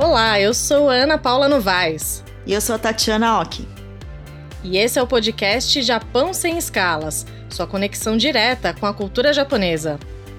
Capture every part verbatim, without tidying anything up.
Olá, eu sou Ana Paula Novaes. E eu sou a Tatiana Oki. E esse é o podcast Japão Sem Escalas, sua conexão direta com a cultura japonesa.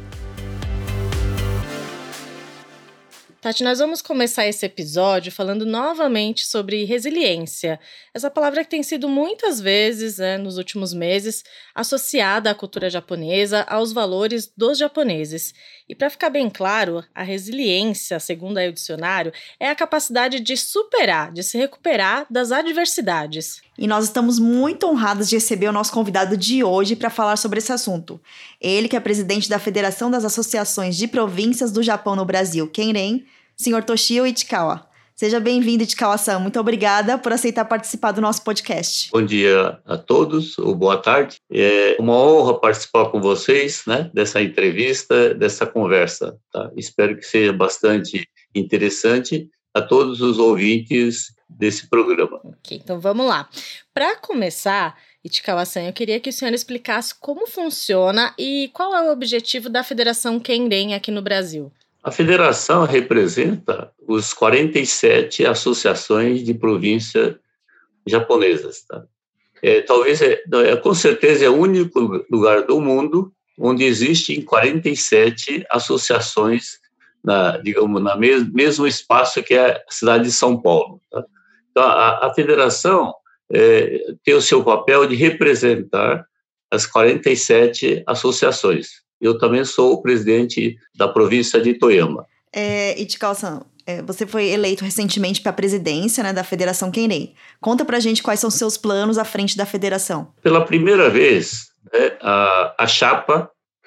Tati, nós vamos começar esse episódio falando novamente sobre resiliência. Essa palavra que tem sido muitas vezes, né, nos últimos meses, associada à cultura japonesa, aos valores dos japoneses. E para ficar bem claro, a resiliência, segundo aí o dicionário, é a capacidade de superar, de se recuperar das adversidades. E nós estamos muito honrados de receber o nosso convidado de hoje para falar sobre esse assunto. Ele que é presidente da Federação das Associações de Províncias do Japão no Brasil, Kenren, senhor Toshio Ichikawa. Seja bem-vindo, Ichikawa-san. Muito obrigada por aceitar participar do nosso podcast. Bom dia a todos, ou boa tarde. É uma honra participar com vocês, né, dessa entrevista, dessa conversa. Tá? Espero que seja bastante interessante a todos os ouvintes desse programa. Ok, então vamos lá. Para começar, Ichikawa-san, eu queria que o senhor explicasse como funciona e qual é o objetivo da Federação Kenren aqui no Brasil. A federação representa os quarenta e sete associações de províncias japonesas. Tá? É, talvez, é, é, com certeza, é o único lugar do mundo onde existem quarenta e sete associações, na, digamos, no mes, mesmo espaço que é a cidade de São Paulo. Tá? Então, a, a federação é, tem o seu papel de representar as quarenta e sete associações. Eu também sou o presidente da província de Toyama. É, Ichikawa-san, é, você foi eleito recentemente para a presidência, né, da Federação Kenren. Conta pra gente quais são os seus planos à frente da federação. Pela primeira vez, né, a, a chapa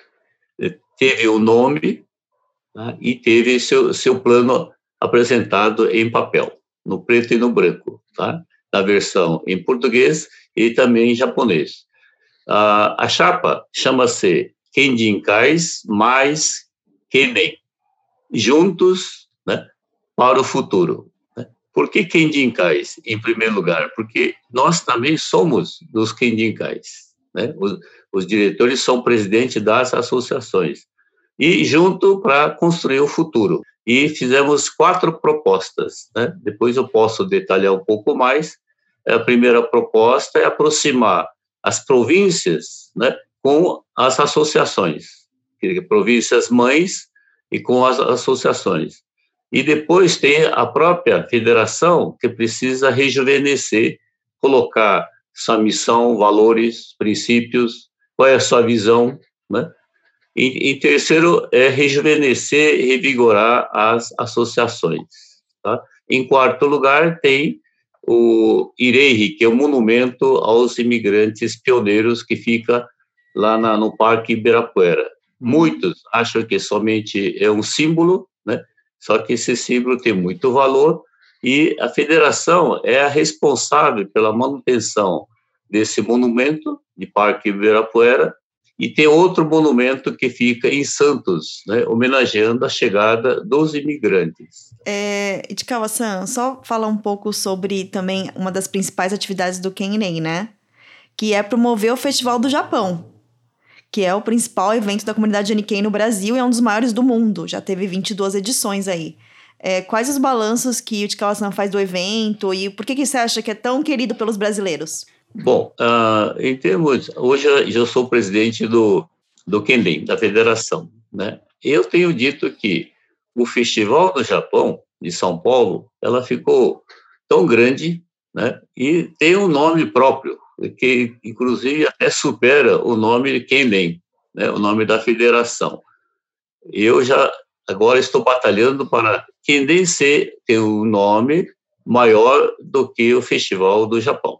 teve o nome, tá, e teve seu, seu plano apresentado em papel, no preto e no branco, tá, na versão em português e também em japonês. A, a chapa chama-se Kenjinkais mais Kenren, juntos, né, para o futuro. Né? Por que Kenjinkais, em primeiro lugar? Porque nós também somos dos Kenjinkais. Né? Os, os diretores são presidentes das associações. E junto para construir o futuro. E fizemos quatro propostas. Né? Depois eu posso detalhar um pouco mais. A primeira proposta é aproximar as províncias, né, com as associações, províncias mães e com as associações. E depois tem a própria federação que precisa rejuvenescer, colocar sua missão, valores, princípios, qual é a sua visão, né? E, e terceiro é rejuvenescer e revigorar as associações. Tá? Em quarto lugar tem o Ireihi, que é o monumento aos imigrantes pioneiros que fica lá na, no Parque Ibirapuera. Muitos acham que somente é um símbolo, né? Só que esse símbolo tem muito valor e a federação é a responsável pela manutenção desse monumento de Parque Ibirapuera e tem outro monumento que fica em Santos, né? Homenageando a chegada dos imigrantes. É, Ichikawa-san, só falar um pouco sobre também uma das principais atividades do Kenren, né? Que é promover o Festival do Japão, que é o principal evento da comunidade Nikkei no Brasil e é um dos maiores do mundo. Já teve vinte e duas edições aí. É, quais os balanços que o Ichikawa-san faz do evento e por que, que você acha que é tão querido pelos brasileiros? Bom, uh, em termos... Hoje eu sou presidente do, do Kenren, da federação. Né? Eu tenho dito que o Festival do Japão, de São Paulo, ela ficou tão grande, né, e tem um nome próprio, que inclusive até supera o nome Kenren, né, o nome da federação. Eu já agora estou batalhando para Kenren ser ter um nome maior do que o Festival do Japão.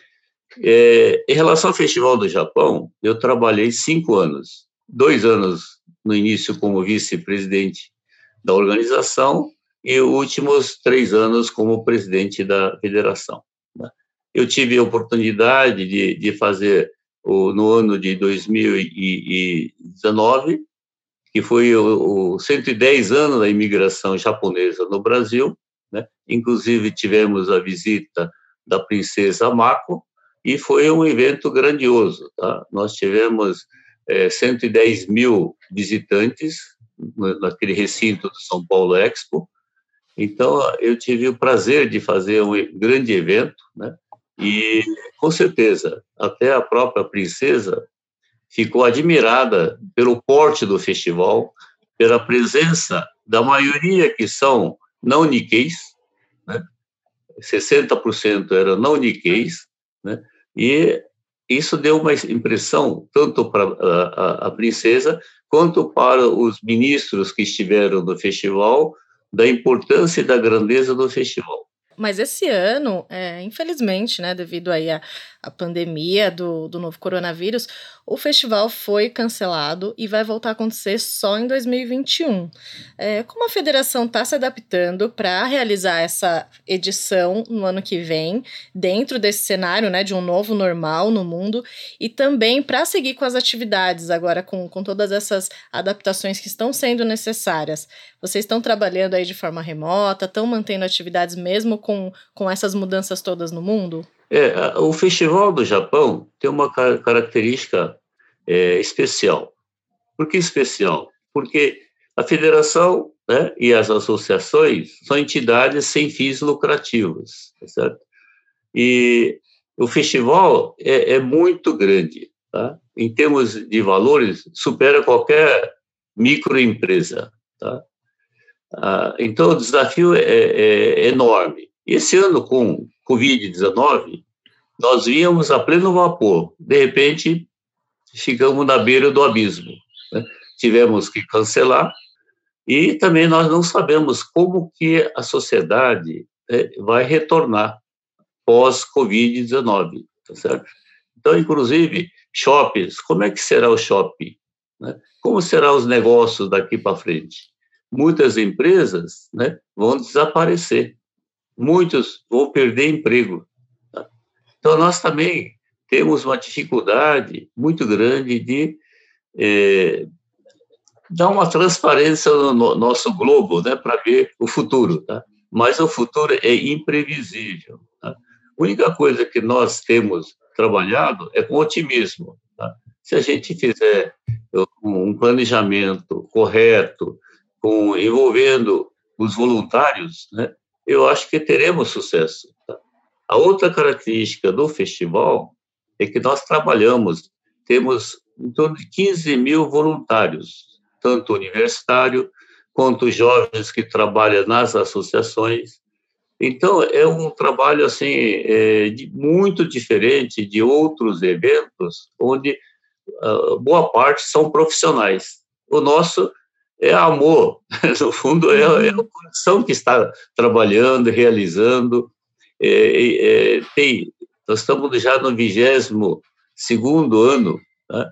É, em relação ao Festival do Japão, eu trabalhei cinco anos, dois anos no início como vice-presidente da organização e os últimos três anos como presidente da federação. Eu tive a oportunidade de, de fazer, o, no ano de dois mil e dezenove, que foi os cento e dez anos da imigração japonesa no Brasil, né? Inclusive tivemos a visita da princesa Mako, e foi um evento grandioso. Tá? Nós tivemos é, cento e dez mil visitantes naquele recinto do São Paulo Expo, Então, eu tive o prazer de fazer um grande evento, né? E, com certeza, até a própria princesa ficou admirada pelo porte do festival, pela presença da maioria que são não Nikkeis, né? sessenta por cento eram não Nikkeis, né? E isso deu uma impressão tanto para a, a, a princesa quanto para os ministros que estiveram no festival da importância e da grandeza do festival. Mas esse ano, é, infelizmente, né, devido aí à, à pandemia do, do novo coronavírus, o festival foi cancelado e vai voltar a acontecer só em dois mil e vinte e um. É, como a federação está se adaptando para realizar essa edição no ano que vem, dentro desse cenário, né, de um novo normal no mundo, e também para seguir com as atividades agora, com, com todas essas adaptações que estão sendo necessárias? Vocês estão trabalhando aí de forma remota, estão mantendo atividades mesmo com, com essas mudanças todas no mundo? É, o Festival do Japão tem uma característica é, especial. Por que especial? Porque a federação, né, e as associações são entidades sem fins lucrativos, tá certo? E o festival é, é muito grande, tá? Em termos de valores, supera qualquer microempresa, tá? Ah, então, o desafio é, é, é enorme. E esse ano, com covid dezenove, nós víamos a pleno vapor. De repente, ficamos na beira do abismo, né? Tivemos que cancelar e também nós não sabemos como que a sociedade, né, vai retornar pós-covid dezenove, tá certo? Então, inclusive, shoppings, como é que será o shopping, né? Como serão os negócios daqui para frente? Muitas empresas, né, vão desaparecer, muitos vão perder emprego, tá? Então, nós também temos uma dificuldade muito grande de é, dar uma transparência no, no nosso globo, né, para ver o futuro, tá? Mas o futuro é imprevisível, tá? A única coisa que nós temos trabalhado é com otimismo, tá? Se a gente fizer um planejamento correto, com, envolvendo os voluntários, né, eu acho que teremos sucesso, tá? A outra característica do festival é que nós trabalhamos, temos em torno de quinze mil voluntários, tanto universitário quanto jovens que trabalham nas associações. Então, é um trabalho assim, é, de, muito diferente de outros eventos, onde uh, boa parte são profissionais. O nosso é amor, no fundo, é, é o coração que está trabalhando, realizando. É, é, tem, nós estamos já no vigésimo segundo ano, né?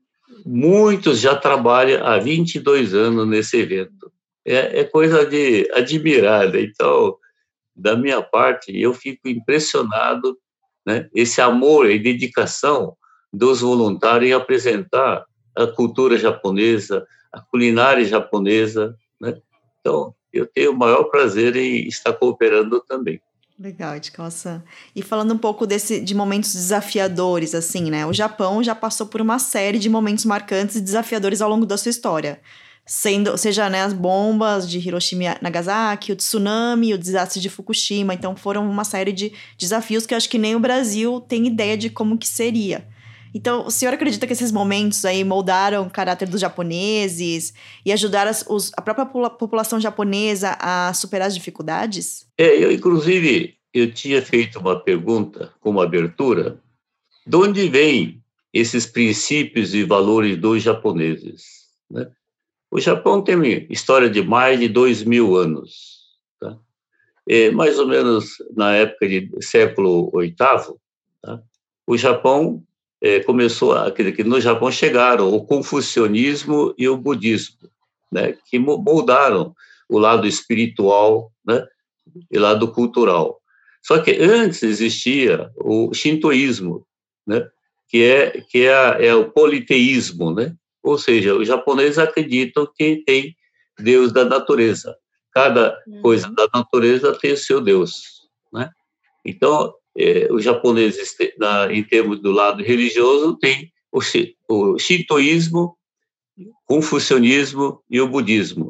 Muitos já trabalham há vinte e dois anos nesse evento. É, é coisa de admirar, né? Então, da minha parte, eu fico impressionado, né, esse amor e dedicação dos voluntários em apresentar a cultura japonesa, a culinária japonesa, né? Então, eu tenho o maior prazer em estar cooperando também. Legal, Edkao-san. E falando um pouco desse, de momentos desafiadores, assim, né? O Japão já passou por uma série de momentos marcantes e desafiadores ao longo da sua história. Sendo, seja, né, as bombas de Hiroshima e Nagasaki, o tsunami, o desastre de Fukushima. Então, foram uma série de desafios que eu acho que nem o Brasil tem ideia de como que seria. Então, o senhor acredita que esses momentos aí moldaram o caráter dos japoneses e ajudaram as, os, a própria população japonesa a superar as dificuldades? É, eu, inclusive, eu tinha feito uma pergunta como abertura, de onde vêm esses princípios e valores dos japoneses, né? O Japão tem história de mais de dois mil anos, tá? É, mais ou menos na época de século oitavo, tá? O Japão é, começou, a, quer dizer, que no Japão chegaram o confucionismo e o budismo, né, que moldaram o lado espiritual, né, e o lado cultural. Só que antes existia o shintoísmo, né, que é, que é, é o politeísmo, né? Ou seja, os japoneses acreditam que tem Deus da natureza. Cada coisa da natureza tem o seu Deus, né? Então, eh, os japoneses, na, em termos do lado religioso, tem o, o shintoísmo, o confucionismo e o budismo.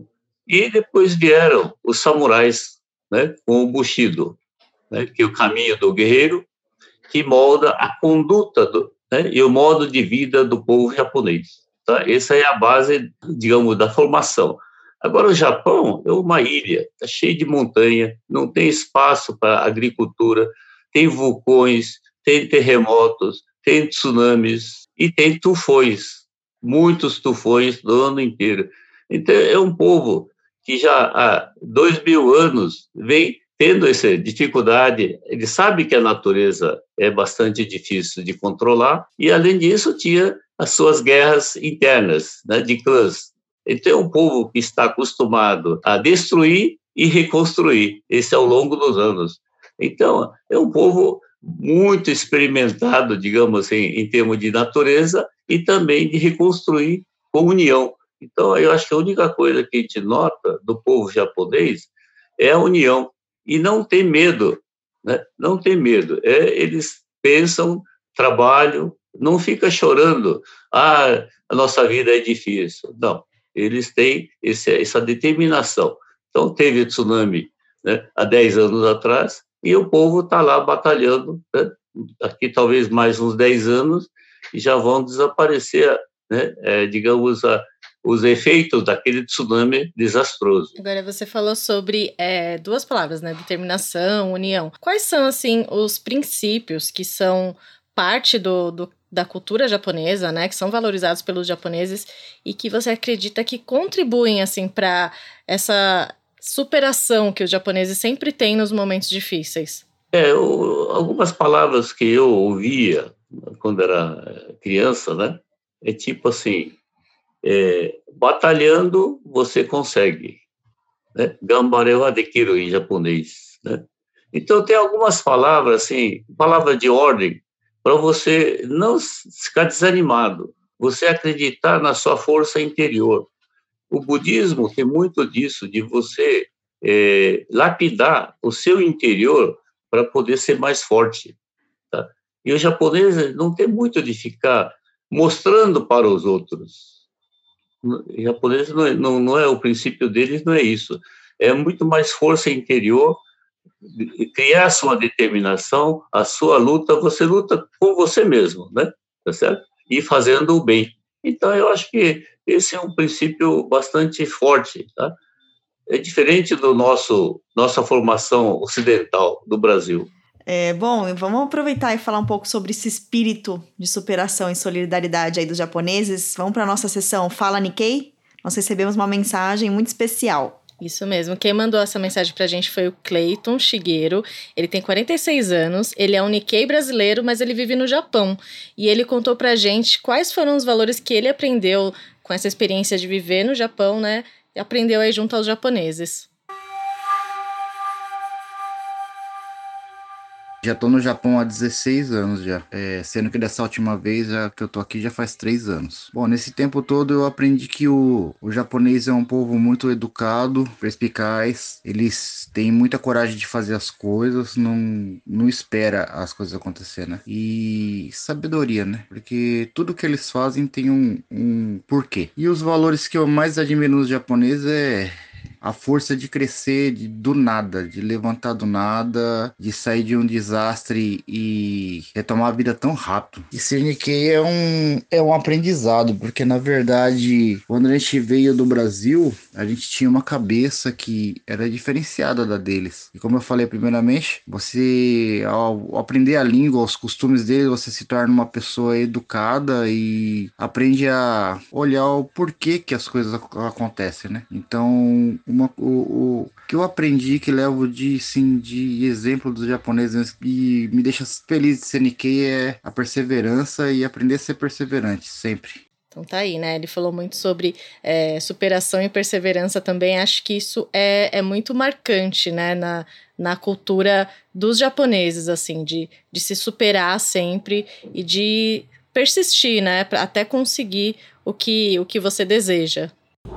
E depois vieram os samurais, né, com o Bushido, né, que é o caminho do guerreiro, que molda a conduta do, né, e o modo de vida do povo japonês. Tá? Essa é a base, digamos, da formação. Agora, o Japão é uma ilha, está cheio de montanha, não tem espaço para agricultura, tem vulcões, tem terremotos, tem tsunamis e tem tufões, muitos tufões do ano inteiro. Então, é um povo que já há dois mil anos vem tendo essa dificuldade. Ele sabe que a natureza é bastante difícil de controlar e, além disso, tinha as suas guerras internas, né, de clãs. Então, é um povo que está acostumado a destruir e reconstruir, esse ao longo dos anos. Então, é um povo muito experimentado, digamos assim, em termos de natureza e também de reconstruir com união. Então, eu acho que a única coisa que a gente nota do povo japonês é a união. E não tem medo, né? Não tem medo. É, eles pensam, trabalham, não fica chorando, ah, a nossa vida é difícil. Não, eles têm esse, essa determinação. Então, teve tsunami, né, há dez anos atrás, e o povo está lá batalhando, né? Aqui talvez mais uns dez anos, e já vão desaparecer, né, é, digamos, a, os efeitos daquele tsunami desastroso. Agora, você falou sobre é, duas palavras, né? Determinação, união. Quais são, assim, os princípios que são parte do, do, da cultura japonesa, né? Que são valorizados pelos japoneses e que você acredita que contribuem, assim, para essa superação que os japoneses sempre têm nos momentos difíceis? É, o, algumas palavras que eu ouvia quando era criança, né? É tipo assim, é, batalhando você consegue, né? Gambare wa dekiru em japonês, né? Então tem algumas palavras assim, palavra de ordem para você não ficar desanimado, você acreditar na sua força interior. O budismo tem muito disso, de você é, lapidar o seu interior para poder ser mais forte, tá? E os japoneses não tem muito de ficar mostrando para os outros. O japonês não é, não, não é o princípio deles, não é isso. É muito mais força interior, criar a sua determinação, a sua luta. Você luta com você mesmo, né? Tá certo? E fazendo o bem. Então, eu acho que esse é um princípio bastante forte, tá? É diferente do nosso nossa formação ocidental do Brasil. É, bom, vamos aproveitar e falar um pouco sobre esse espírito de superação e solidariedade aí dos japoneses. Vamos para a nossa sessão Fala Nikkei? Nós recebemos uma mensagem muito especial. Isso mesmo. Quem mandou essa mensagem pra gente foi o Cleiton Shigeru. Ele tem quarenta e seis anos, ele é um Nikkei brasileiro, mas ele vive no Japão. E ele contou pra gente quais foram os valores que ele aprendeu com essa experiência de viver no Japão, né? E aprendeu aí junto aos japoneses. Já tô no Japão há dezesseis anos já, é, sendo que dessa última vez já, que eu tô aqui já faz três anos. Bom, nesse tempo todo eu aprendi que o, o japonês é um povo muito educado, perspicaz, eles têm muita coragem de fazer as coisas, não, não espera as coisas acontecerem, né? E sabedoria, né? Porque tudo que eles fazem tem um, um porquê. E os valores que eu mais admiro nos japoneses é a força de crescer de, do nada, de levantar do nada, de sair de um desastre e retomar a vida tão rápido. E ser Nikkei é um, é um aprendizado, porque na verdade, quando a gente veio do Brasil, a gente tinha uma cabeça que era diferenciada da deles. E como eu falei primeiramente, você, ao aprender a língua, os costumes deles, você se torna uma pessoa educada e aprende a olhar o porquê que as coisas acontecem, né? Então, Uma, o, o que eu aprendi, que levo de, sim, de exemplo dos japoneses e me deixa feliz de ser Nikkei é a perseverança e aprender a ser perseverante, sempre. Então tá aí, né? Ele falou muito sobre é, superação e perseverança também. Acho que isso é, é muito marcante, né? Na, na cultura dos japoneses, assim, de, de se superar sempre e de persistir, né? Pra até conseguir o que, o que você deseja.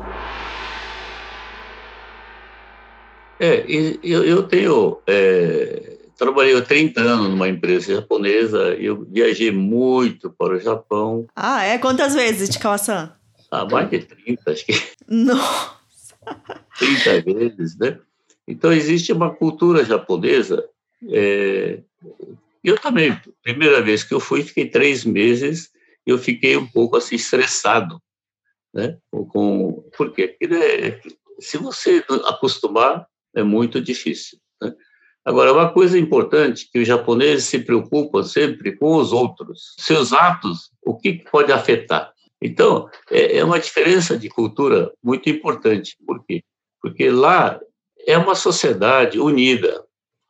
É, eu, eu tenho, é, trabalhei há trinta anos numa empresa japonesa, eu viajei muito para o Japão. Ah, é? Quantas vezes, Chikawa-san? Ah, mais de trinta, acho que. Nossa! trinta vezes, né? Então, existe uma cultura japonesa. É, eu também, primeira vez que eu fui, fiquei três meses, eu fiquei um pouco assim, estressado, né? Com, por quê? Porque, né, se você acostumar, é muito difícil, né? Agora, uma coisa importante, que os japoneses se preocupam sempre com os outros. Seus atos, o que pode afetar? Então, é, é uma diferença de cultura muito importante. Por quê? Porque lá é uma sociedade unida.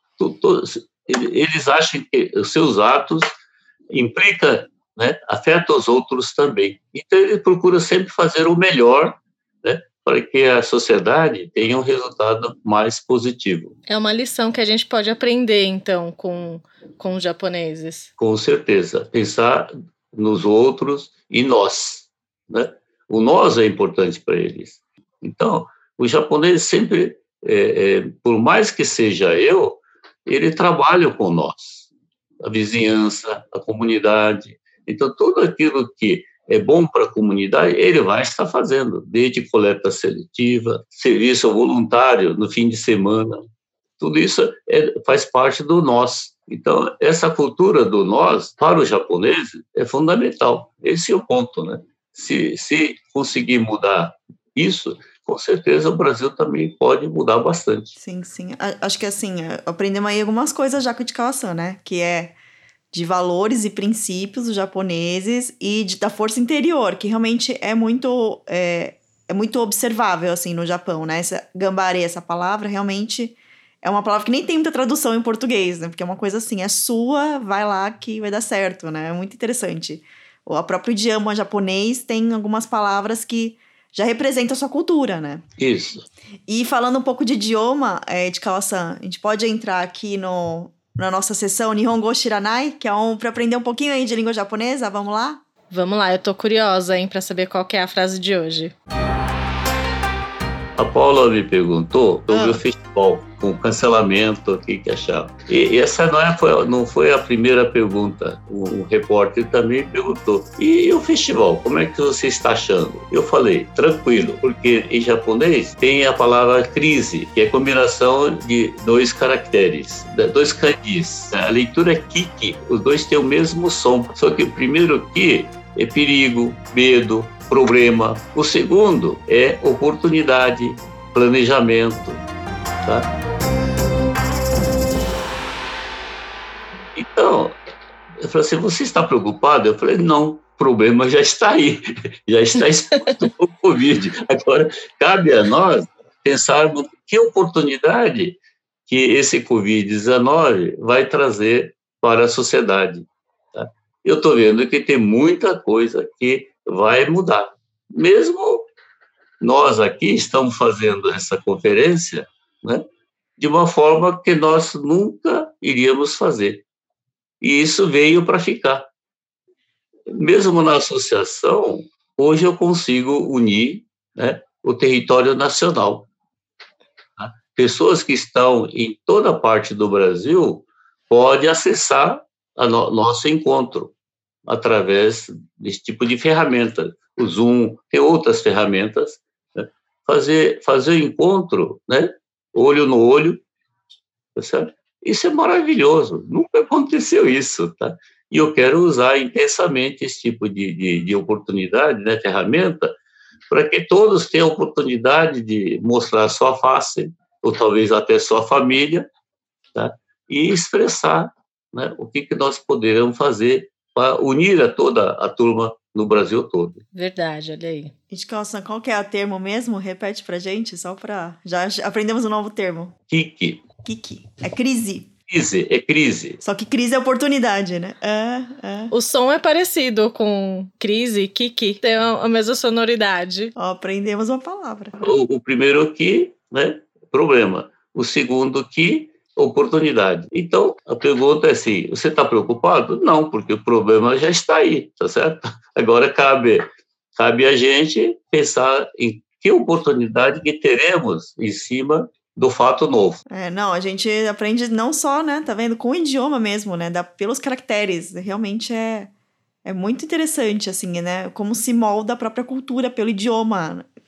Eles acham que os seus atos implicam, né, afetam os outros também. Então, ele procura sempre fazer o melhor, né, para que a sociedade tenha um resultado mais positivo. É uma lição que a gente pode aprender, então, com, com os japoneses. Com certeza. Pensar nos outros e nós, né? O nós é importante para eles. Então, os japoneses sempre, é, é, por mais que seja eu, ele trabalha com nós, a vizinhança, a comunidade. Então, tudo aquilo que é bom para a comunidade, ele vai estar fazendo, desde coleta seletiva, serviço voluntário no fim de semana. Tudo isso é, faz parte do nós. Então, essa cultura do nós, para os japoneses, é fundamental. Esse é o ponto, né? Se, se conseguir mudar isso, com certeza o Brasil também pode mudar bastante. Sim, sim. Acho que, assim, aprendemos aí algumas coisas já com o de Kawa-san, né? Que é de valores e princípios dos japoneses e de, da força interior, que realmente é muito, é, é muito observável, assim, no Japão, né? Essa gambare, essa palavra, realmente é uma palavra que nem tem muita tradução em português, né? Porque é uma coisa assim, é sua, vai lá que vai dar certo, né? É muito interessante. O próprio idioma japonês tem algumas palavras que já representam a sua cultura, né? Isso. E falando um pouco de idioma, é, de Kawa-san, a gente pode entrar aqui no... na nossa sessão Nihongo Shiranai, que é um, para aprender um pouquinho aí de língua japonesa. Vamos lá? Vamos lá, eu tô curiosa, hein, para saber qual que é a frase de hoje. A Paula me perguntou sobre ah. o festival, com o cancelamento, o que, que achava. E, e essa não, é, foi, não foi a primeira pergunta. O, o repórter também perguntou. E, e o festival, como é que você está achando? Eu falei, tranquilo, porque em japonês tem a palavra crise, que é a combinação de dois caracteres, dois kanjis. A leitura é kiki, os dois têm o mesmo som, só que o primeiro ki é perigo, medo, problema. O segundo é oportunidade, planejamento, tá? Então, eu falei assim, você está preocupado? Eu falei, não, o problema já está aí, já está exposto o Covid. Agora, cabe a nós pensarmos que oportunidade que esse covid dezenove vai trazer para a sociedade, tá? Eu estou vendo que tem muita coisa que vai mudar. Mesmo nós aqui estamos fazendo essa conferência, né, de uma forma que nós nunca iríamos fazer. E isso veio para ficar. Mesmo na associação, hoje eu consigo unir, né, o território nacional. Tá? Pessoas que estão em toda parte do Brasil podem acessar a no, nosso encontro através desse tipo de ferramenta. O Zoom, tem outras ferramentas, né? Fazer, fazer o encontro, né? Olho no olho, tá certo? Isso é maravilhoso, nunca aconteceu isso, tá? E eu quero usar intensamente esse tipo de, de, de oportunidade, né? Ferramenta, para que todos tenham a oportunidade de mostrar sua face, ou talvez até sua família, tá? E expressar, né, o que, que nós poderemos fazer para unir a toda a turma no Brasil todo. Verdade, olha aí. Edson, qual que é o termo mesmo? Repete pra gente, só para... Já aprendemos um novo termo. Kiki. Kiki. É crise. Crise, é crise. Só que crise é oportunidade, né? É, é. O som é parecido com crise, kiki. Tem a mesma sonoridade. Ó, aprendemos uma palavra. O, o primeiro ki, né? Problema. O segundo ki, oportunidade. Então, a pergunta é assim, você está preocupado? Não, porque o problema já está aí, tá certo? Agora cabe, cabe a gente pensar em que oportunidade que teremos em cima do fato novo. É, não, a gente aprende não só, né, tá vendo, com o idioma mesmo, né, da, pelos caracteres, realmente é, é muito interessante, assim, né, como se molda a própria cultura pelo idioma.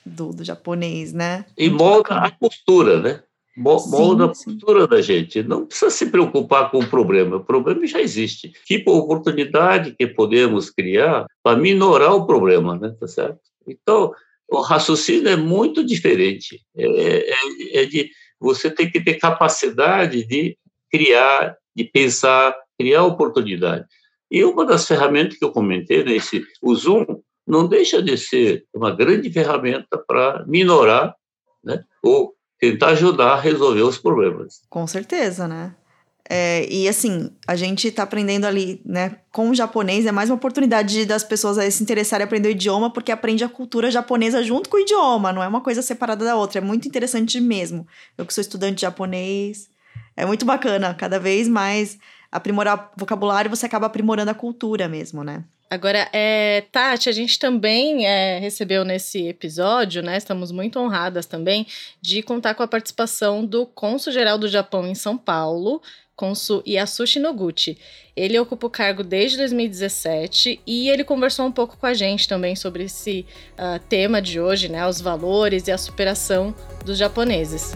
do, do japonês, né? E Muito molda bacana. a postura, né? Molda Sim, a postura da gente. Não precisa se preocupar com o problema. O problema já existe. Que oportunidade que podemos criar para minorar o problema, né? Tá certo? Então, o raciocínio é muito diferente. É, é, é de você tem que ter capacidade de criar, de pensar, criar oportunidade. E uma das ferramentas que eu comentei, né, esse, o Zoom, não deixa de ser uma grande ferramenta para minorar, né, ou tentar ajudar a resolver os problemas. Com certeza, né? É, e assim, a gente tá aprendendo ali, né, com o japonês, é mais uma oportunidade das pessoas aí se interessarem em aprender o idioma, porque aprende a cultura japonesa junto com o idioma, não é uma coisa separada da outra, é muito interessante mesmo. Eu que sou estudante de japonês, é muito bacana, cada vez mais aprimorar vocabulário, você acaba aprimorando a cultura mesmo, né? Agora, é, Tati, a gente também é, recebeu nesse episódio, né? Estamos muito honradas também de contar com a participação do cônsul-geral do Japão em São Paulo, cônsul Yasushi Noguchi. Ele ocupa o cargo desde dois mil e dezessete e ele conversou um pouco com a gente também sobre esse uh, tema de hoje, né? Os valores e a superação dos japoneses.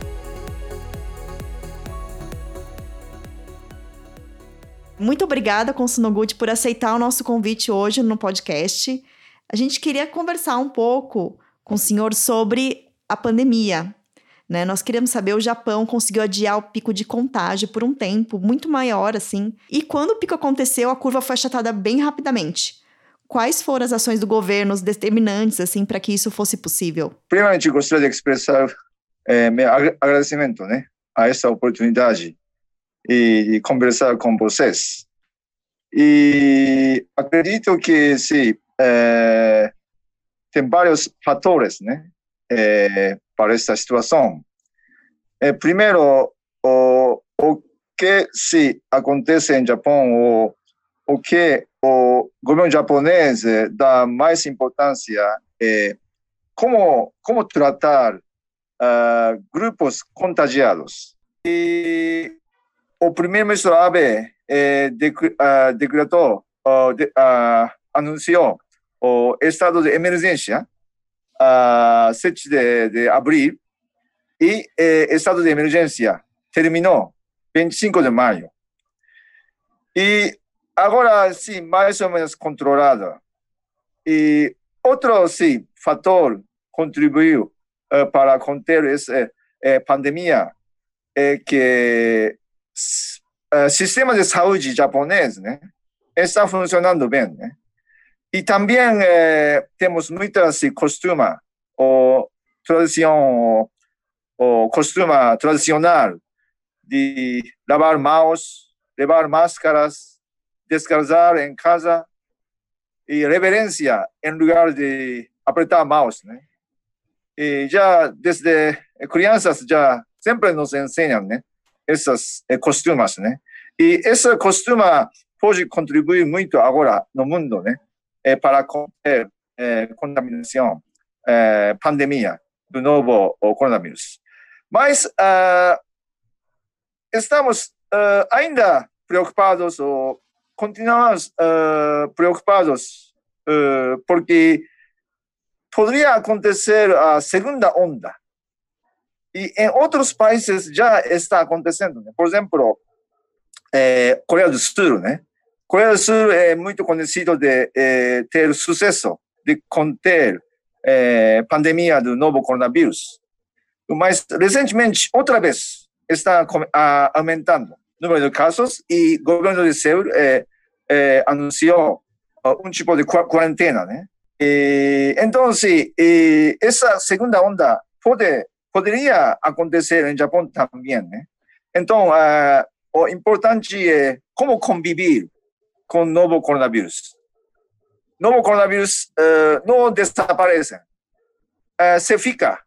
Muito obrigada, cônsul Noguchi, por aceitar o nosso convite hoje no podcast. A gente queria conversar um pouco com o senhor sobre a pandemia, né? Nós queríamos saber, o Japão conseguiu adiar o pico de contágio por um tempo muito maior, assim. E quando o pico aconteceu, a curva foi achatada bem rapidamente. Quais foram as ações do governo, os determinantes, assim, para que isso fosse possível? Primeiramente, gostaria de expressar eh, meu agradecimento, né, a essa oportunidade e conversar com vocês. E acredito que, sim, é, tem vários fatores, né, é, para essa situação. É, primeiro, o, o que se acontece em Japão, o, o que o governo japonês dá mais importância é como, como tratar uh, grupos contagiados. E o primeiro-ministro Abe eh, uh, decretou, uh, de, uh, anunciou o estado de emergência uh, sete de abril e eh, estado de emergência terminou vinte e cinco de maio. E agora sim, mais ou menos controlado. E outro sim, fator contribuiu uh, para conter essa eh, pandemia é que o sistema de saúde japonês, né, está funcionando bem, né? E também eh, temos muitas costumes, ou tradição, ou costume tradicional de lavar mãos, levar máscaras, descansar em casa e reverência em lugar de apertar mãos, né? E já desde crianças já sempre nos ensinam, né, essas eh, costumes, né? E essa costume pode contribuir muito agora no mundo, né, eh, para conter eh, contaminação, eh, pandemia do novo coronavírus. Mas uh, estamos uh, ainda preocupados ou continuamos uh, preocupados uh, porque poderia acontecer a segunda onda. E em outros países já está acontecendo, né? Por exemplo, eh, Coreia do Sul, né? Coreia do Sul é muito conhecido de eh, ter sucesso de conter eh, pandemia do novo coronavírus. Mas recentemente, outra vez, está a, aumentando o número de casos e o governo de Seul eh, eh, anunciou um tipo de quarentena, né? E, então, sim, e essa segunda onda pode poderia acontecer em Japão também, né? Então, uh, o importante é como conviver com o novo coronavírus. O novo coronavírus uh, não desaparece, uh, se fica.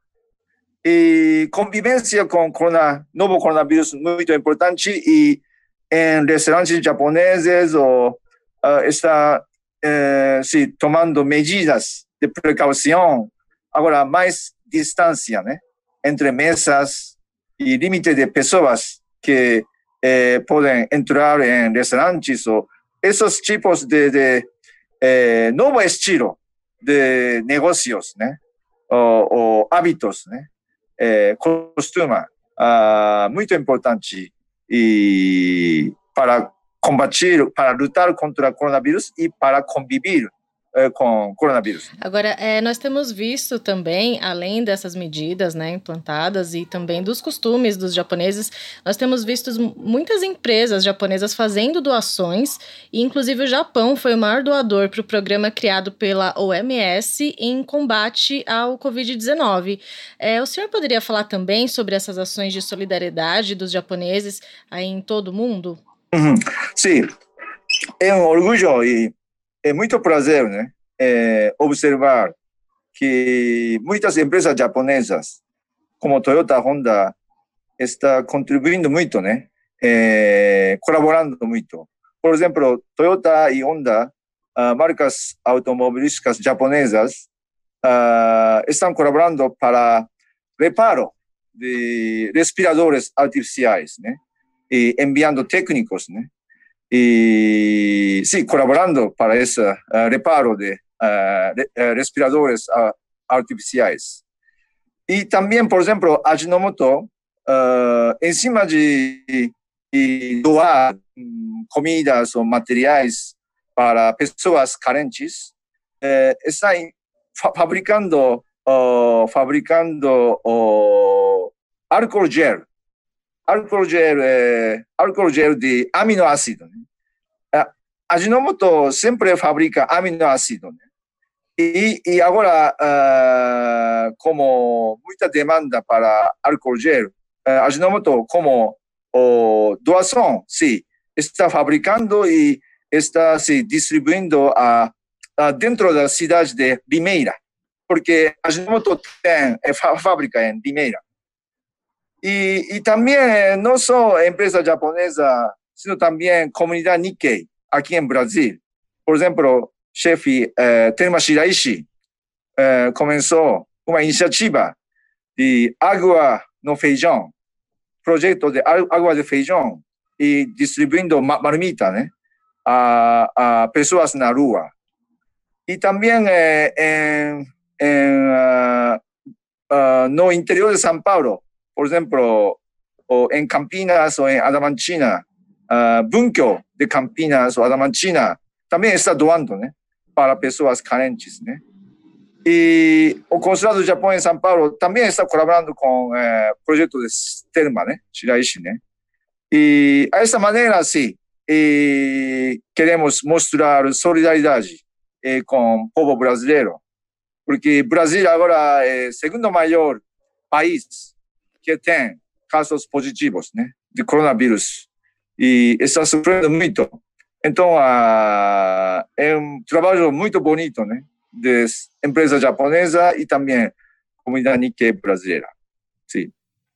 E convivência com o corona, novo coronavírus é muito importante e em restaurantes japoneses ou, uh, está uh, se tomando medidas de precaução, agora mais distância, né, entre mesas e limite de pessoas que eh, podem entrar em restaurantes ou esses tipos de, de eh, novo estilo de negócios, né, o, o hábitos, né? É, costuma uh, muito importante e para combater, para lutar contra o coronavírus e para conviver eh, com o coronavírus. Agora, é, nós temos visto também, além dessas medidas, né, implantadas e também dos costumes dos japoneses, nós temos visto muitas empresas japonesas fazendo doações e, inclusive, o Japão foi o maior doador para o programa criado pela O M S em combate ao covid dezenove. É, o senhor poderia falar também sobre essas ações de solidariedade dos japoneses aí em todo o mundo? Uhum. Sim, é um orgulho e é muito prazer, né, é, observar que muitas empresas japonesas, como Toyota, Honda, está contribuindo muito, né, é, colaborando muito. Por exemplo, Toyota e Honda, uh, marcas automobilísticas japonesas, uh, estão colaborando para reparo de respiradores artificiais, né, e enviando técnicos, né, y sí, colaborando para ese uh, reparo de uh, re, uh, respiradores uh, artificiales. Y también, por ejemplo, Ajinomoto, uh, encima de, de doar um, comidas o materiais para pessoas carentes, uh, está fa fabricando, uh, fabricando uh, álcool gel. Álcool gel, eh, álcool gel de aminoácido, né? Ajinomoto sempre fabrica aminoácido, né? E, e agora, uh, como muita demanda para álcool gel, uh, Ajinomoto, como oh, doação, sim, está fabricando e está se distribuindo a, a dentro da cidade de Limeira, porque Ajinomoto tem é, fábrica em Limeira. Y, y también no solo empresa japonesa, sino también comunidad Nikkei aquí en Brasil. Por ejemplo, chef eh, Tenma Shiraishi eh, comenzó una iniciativa de agua no feijão, proyecto de agua de feijão y distribuyendo marmita, ¿eh? a, a personas en la rua. Y también eh, en, en uh, uh, no interior de São Paulo, por ejemplo, o en Campinas o en Adamantina, uh, Bunkyo de Campinas o Adamantina, también está doando, ¿eh? Para personas carentes, ¿eh? Y el Consulado de Japón en São Paulo también está colaborando con el eh, proyecto de Tenma, ¿eh? Shiraishi, ¿eh? Y a esta manera, sí, eh, queremos mostrar solidaridad eh, con el pueblo brasileño, porque Brasil ahora es el segundo mayor país que tem casos positivos, né, de coronavírus e está sofrendo muito. Então, uh, é um trabalho muito bonito, né, das empresas japonesas e também comunidade Nikkei brasileira. Sim.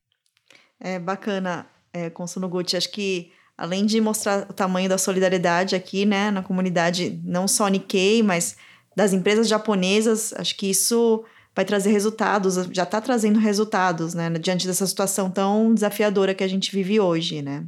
É bacana, é, Konsunoguchi. Acho que além de mostrar o tamanho da solidariedade aqui, né, na comunidade, não só Nikkei, mas das empresas japonesas, acho que isso vai trazer resultados, já está trazendo resultados, né, diante dessa situação tão desafiadora que a gente vive hoje, né.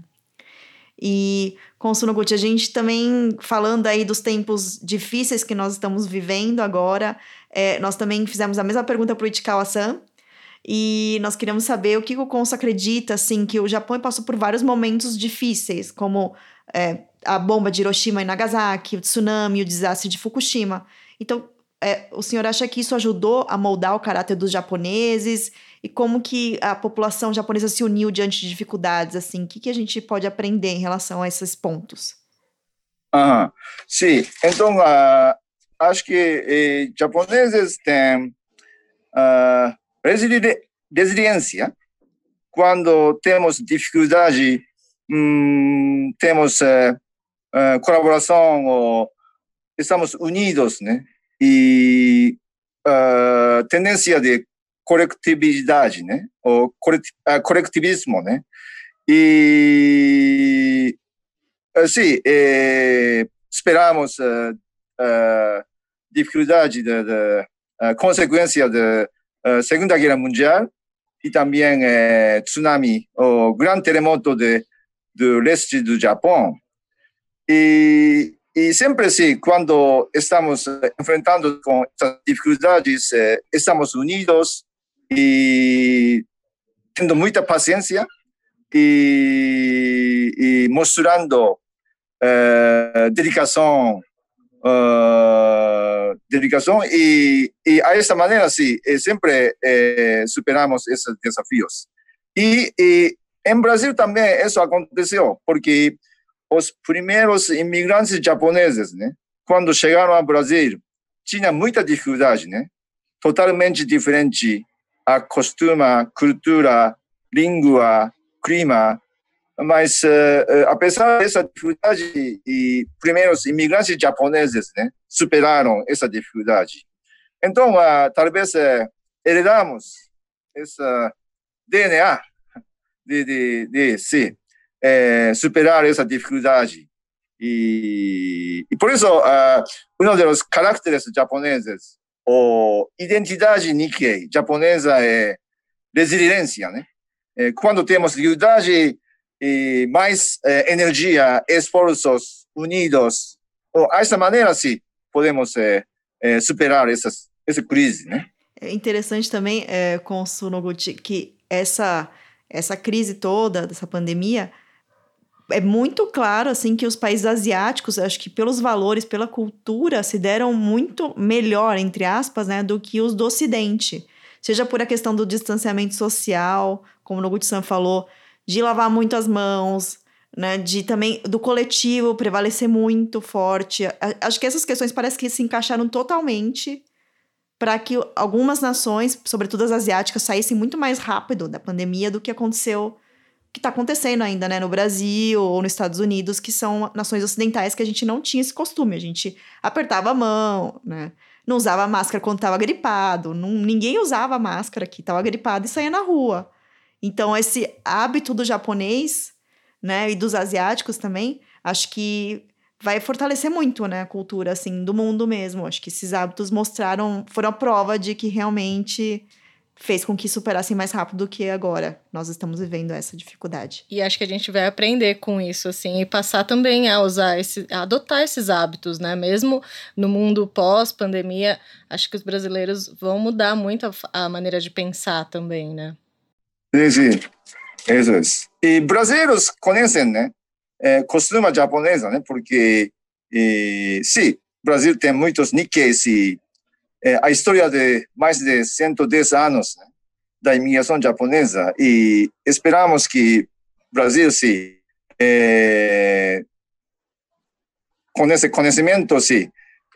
E, Konsunoguchi, a gente também, falando aí dos tempos difíceis que nós estamos vivendo agora, é, nós também fizemos a mesma pergunta para o Ichikawa-san, e nós queríamos saber o que o Konsu acredita, assim, que o Japão passou por vários momentos difíceis, como é, a bomba de Hiroshima e Nagasaki, o tsunami, o desastre de Fukushima. Então, É, o senhor acha que isso ajudou a moldar o caráter dos japoneses? E como que a população japonesa se uniu diante de dificuldades? Assim, o que, que a gente pode aprender em relação a esses pontos? Ah, sim. Então, uh, acho que eh, japoneses têm uh, resili- resiliência. Quando temos dificuldade, hum, temos uh, uh, colaboração, ou estamos unidos, né? E uh, tendência de coletividade, né? O coletivismo, né? E sim, eh, esperamos uh, uh, dificuldade da, da uh, consequência da uh, Segunda Guerra Mundial e também uh, tsunami, o grande terremoto de, do leste do Japão. E e sempre sim, quando estamos enfrentando com essas dificuldades, eh, estamos unidos e tendo muita paciência e, e mostrando eh, dedicação, uh, dedicação e, e a essa maneira sim, sempre eh, superamos esses desafios. E, e em Brasil também isso aconteceu, porque os primeiros imigrantes japoneses, né, quando chegaram ao Brasil, tinha muita dificuldade, né? Totalmente diferente a costume, cultura, língua, clima. Mas, uh, apesar dessa dificuldade, e primeiros imigrantes japoneses, né, superaram essa dificuldade. Então, uh, talvez uh, heredamos essa D N A de, de, de sim, é, superar essa dificuldade. E, e por isso, uh, um dos caracteres japoneses, a identidade Nikkei japonesa é resiliência, né? É, quando temos dificuldade, e mais é, energia, esforços unidos, ou, dessa maneira, sim, podemos é, é, superar essas, essa crise, né? É interessante também, é, com o Sunoguchi, que essa, essa crise toda, dessa pandemia, é muito claro, assim, que os países asiáticos, acho que pelos valores, pela cultura, se deram muito melhor, entre aspas, né, do que os do Ocidente. Seja por a questão do distanciamento social, como o Noguchi-san falou, de lavar muito as mãos, né, de também do coletivo prevalecer muito forte. Acho que essas questões parecem que se encaixaram totalmente para que algumas nações, sobretudo as asiáticas, saíssem muito mais rápido da pandemia do que aconteceu, que está acontecendo ainda, né, no Brasil ou nos Estados Unidos, que são nações ocidentais que a gente não tinha esse costume. A gente apertava a mão, né, não usava máscara quando estava gripado, não, ninguém usava máscara que estava gripado e saía na rua. Então, esse hábito do japonês, né, e dos asiáticos também, acho que vai fortalecer muito, né, a cultura, assim, do mundo mesmo. Acho que esses hábitos mostraram, foram a prova de que realmente fez com que superassem mais rápido do que agora. Nós estamos vivendo essa dificuldade. E acho que a gente vai aprender com isso, assim, e passar também a usar, esse, a adotar esses hábitos, né? Mesmo no mundo pós-pandemia, acho que os brasileiros vão mudar muito a, a maneira de pensar também, né? Sim, sim. Isso é. E brasileiros conhecem, né? É, costume japonesa, né? Porque, e, sim, Brasil tem muitos Nikkeis e é, a história de mais de cento e dez anos, né, da imigração japonesa, e esperamos que o Brasil, sim, é, com esse conhecimento, sim,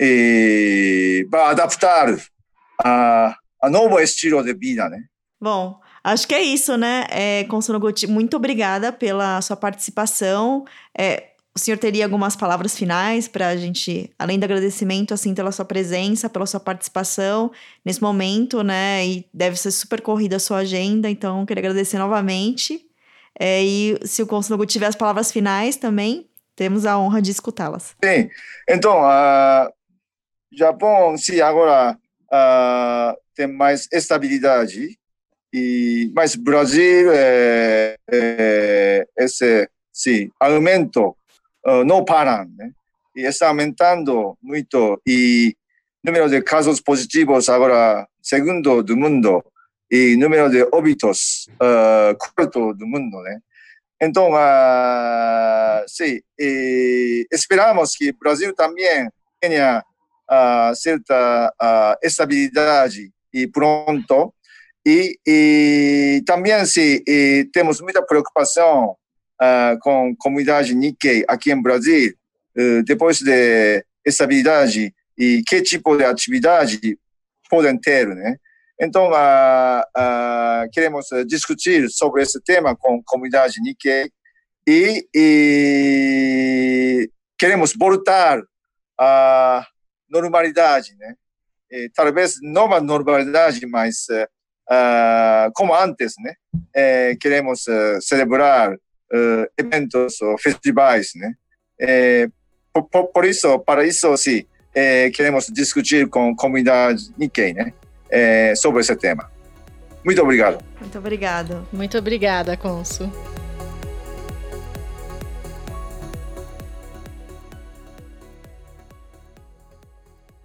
é, vai adaptar a, a novo estilo de vida, né? Bom, acho que é isso, né? É, Consuelo Gucci, muito obrigada pela sua participação. É, o senhor teria algumas palavras finais para a gente, além do agradecimento, assim, pela sua presença, pela sua participação nesse momento, né? E deve ser super corrida a sua agenda, então queria agradecer novamente. É, e se o Consuelo Gucci tiver as palavras finais também, temos a honra de escutá-las. Sim, então, uh, Japão, sim, agora uh, tem mais estabilidade. E, mas Brasil, é, é, esse sim, aumento uh, não para, né? E está aumentando muito. E número de casos positivos agora, segundo do mundo, e número de óbitos, uh, quarto do mundo, né? Então, uh, sim, e esperamos que o Brasil também tenha uh, certa uh, estabilidade e pronto. E, e também se e temos muita preocupação uh, com a comunidade Nikkei aqui em Brasil, uh, depois de estabilidade e que tipo de atividade podem ter, né? Então, uh, uh, queremos discutir sobre esse tema com a comunidade Nikkei e, e queremos voltar à normalidade, né? E, talvez nova normalidade, mas uh, Uh, como antes, né? Eh, queremos uh, celebrar uh, eventos ou festivais, né? Eh, por, por, por isso, para isso, sim, eh, queremos discutir com a comunidade Nikkei, né? Eh, sobre esse tema. Muito obrigado. Muito obrigado. Muito obrigada, Consul.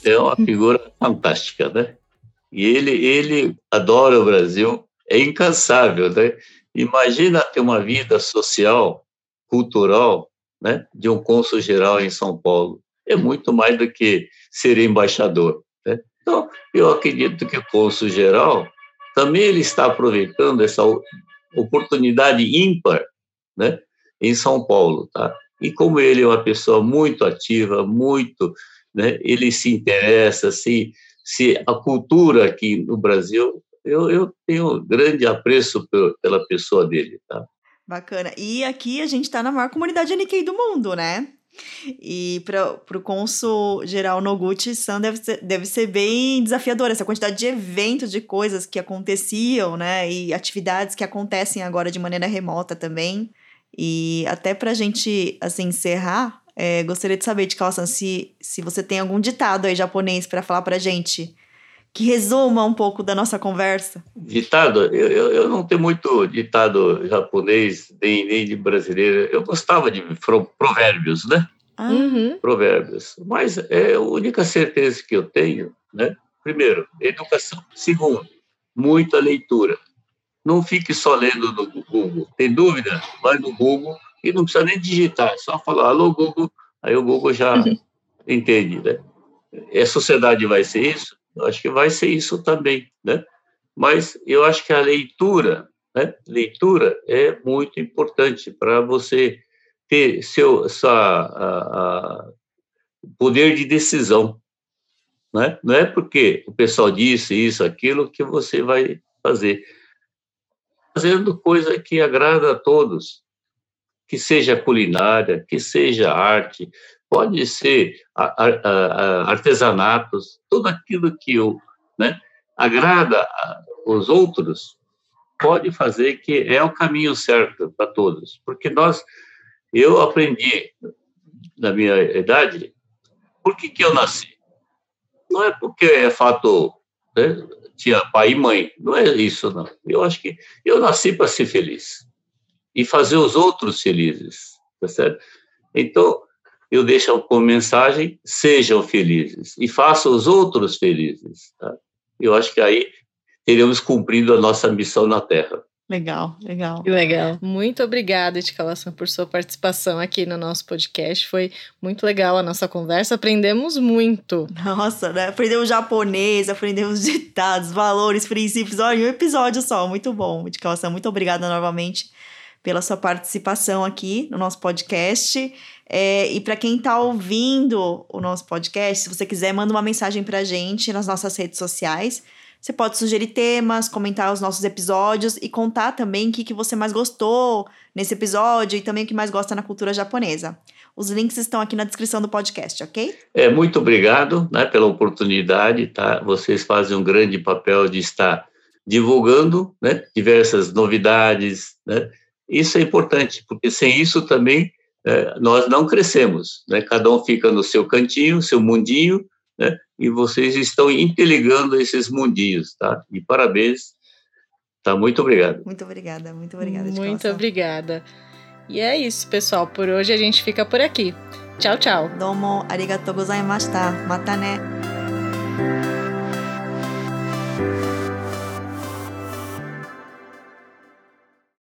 é uma figura fantástica, né? E ele, ele adora o Brasil, é incansável, né? Imagina ter uma vida social, cultural, né, de um cônsul-geral em São Paulo. É muito mais do que ser embaixador, né? Então, eu acredito que o cônsul-geral também ele está aproveitando essa oportunidade ímpar, né, em São Paulo, tá? E como ele é uma pessoa muito ativa, muito, né, ele se interessa, se, se a cultura aqui no Brasil, eu, eu tenho grande apreço por, pela pessoa dele, tá? Bacana. E aqui a gente está na maior comunidade Nikkei do mundo, né? E para o cônsul geral Noguchi-san deve ser, deve ser bem desafiador essa quantidade de eventos, de coisas que aconteciam, né? E atividades que acontecem agora de maneira remota também. E até para a gente, assim, encerrar, é, gostaria de saber, Chikawa-san, se, se você tem algum ditado aí japonês para falar para a gente que resuma um pouco da nossa conversa. Ditado? Eu, eu, eu não tenho muito ditado japonês, nem, nem de brasileiro. Eu gostava de provérbios, né? Ah. Uhum. Provérbios. Mas é a única certeza que eu tenho, né? Primeiro, educação. Segundo, muita leitura. Não fique só lendo no Google. Tem dúvida? Vai no Google e não precisa nem digitar. É só falar, alô, Google. Aí o Google já entende, né? E a sociedade vai ser isso? Eu acho que vai ser isso também, né? Mas eu acho que a leitura, né? Leitura é muito importante para você ter seu essa, a, a, poder de decisão, né? Não é porque o pessoal disse isso, aquilo, que você vai fazer. Fazendo coisa que agrada a todos, que seja culinária, que seja arte, pode ser artesanatos, tudo aquilo que eu, né, agrada aos outros, pode fazer que é o caminho certo para todos. Porque nós, eu aprendi, na minha idade, por que que eu nasci? Não é porque é fato, né, tinha pai e mãe, não é isso, não. Eu acho que eu nasci para ser feliz e fazer os outros felizes, tá certo? Então, eu deixo como mensagem, sejam felizes e façam os outros felizes, tá? Eu acho que aí teremos cumprido a nossa missão na Terra. Legal, legal. Que legal. Muito obrigada, Chikawa-san, por sua participação aqui no nosso podcast. Foi muito legal a nossa conversa, aprendemos muito. Nossa, né? Aprendemos japonês, aprendemos ditados, valores, princípios. Olha, um episódio só, muito bom. Chikawa-san, muito obrigada novamente pela sua participação aqui no nosso podcast. É, e para quem está ouvindo o nosso podcast, se você quiser, manda uma mensagem para a gente nas nossas redes sociais. Você pode sugerir temas, comentar os nossos episódios e contar também o que, que você mais gostou nesse episódio e também o que mais gosta na cultura japonesa. Os links estão aqui na descrição do podcast, ok? É, muito obrigado, né, pela oportunidade, tá? Vocês fazem um grande papel de estar divulgando, né, diversas novidades, né? Isso é importante, porque sem isso também é, nós não crescemos, né? Cada um fica no seu cantinho, seu mundinho, né? E vocês estão interligando esses mundinhos, tá? E parabéns, tá? Muito obrigado. Muito obrigada, muito obrigada. Muito obrigada. E é isso, pessoal. Por hoje a gente fica por aqui. Tchau, tchau. Domo arigatou gozaimashita. Mata ne.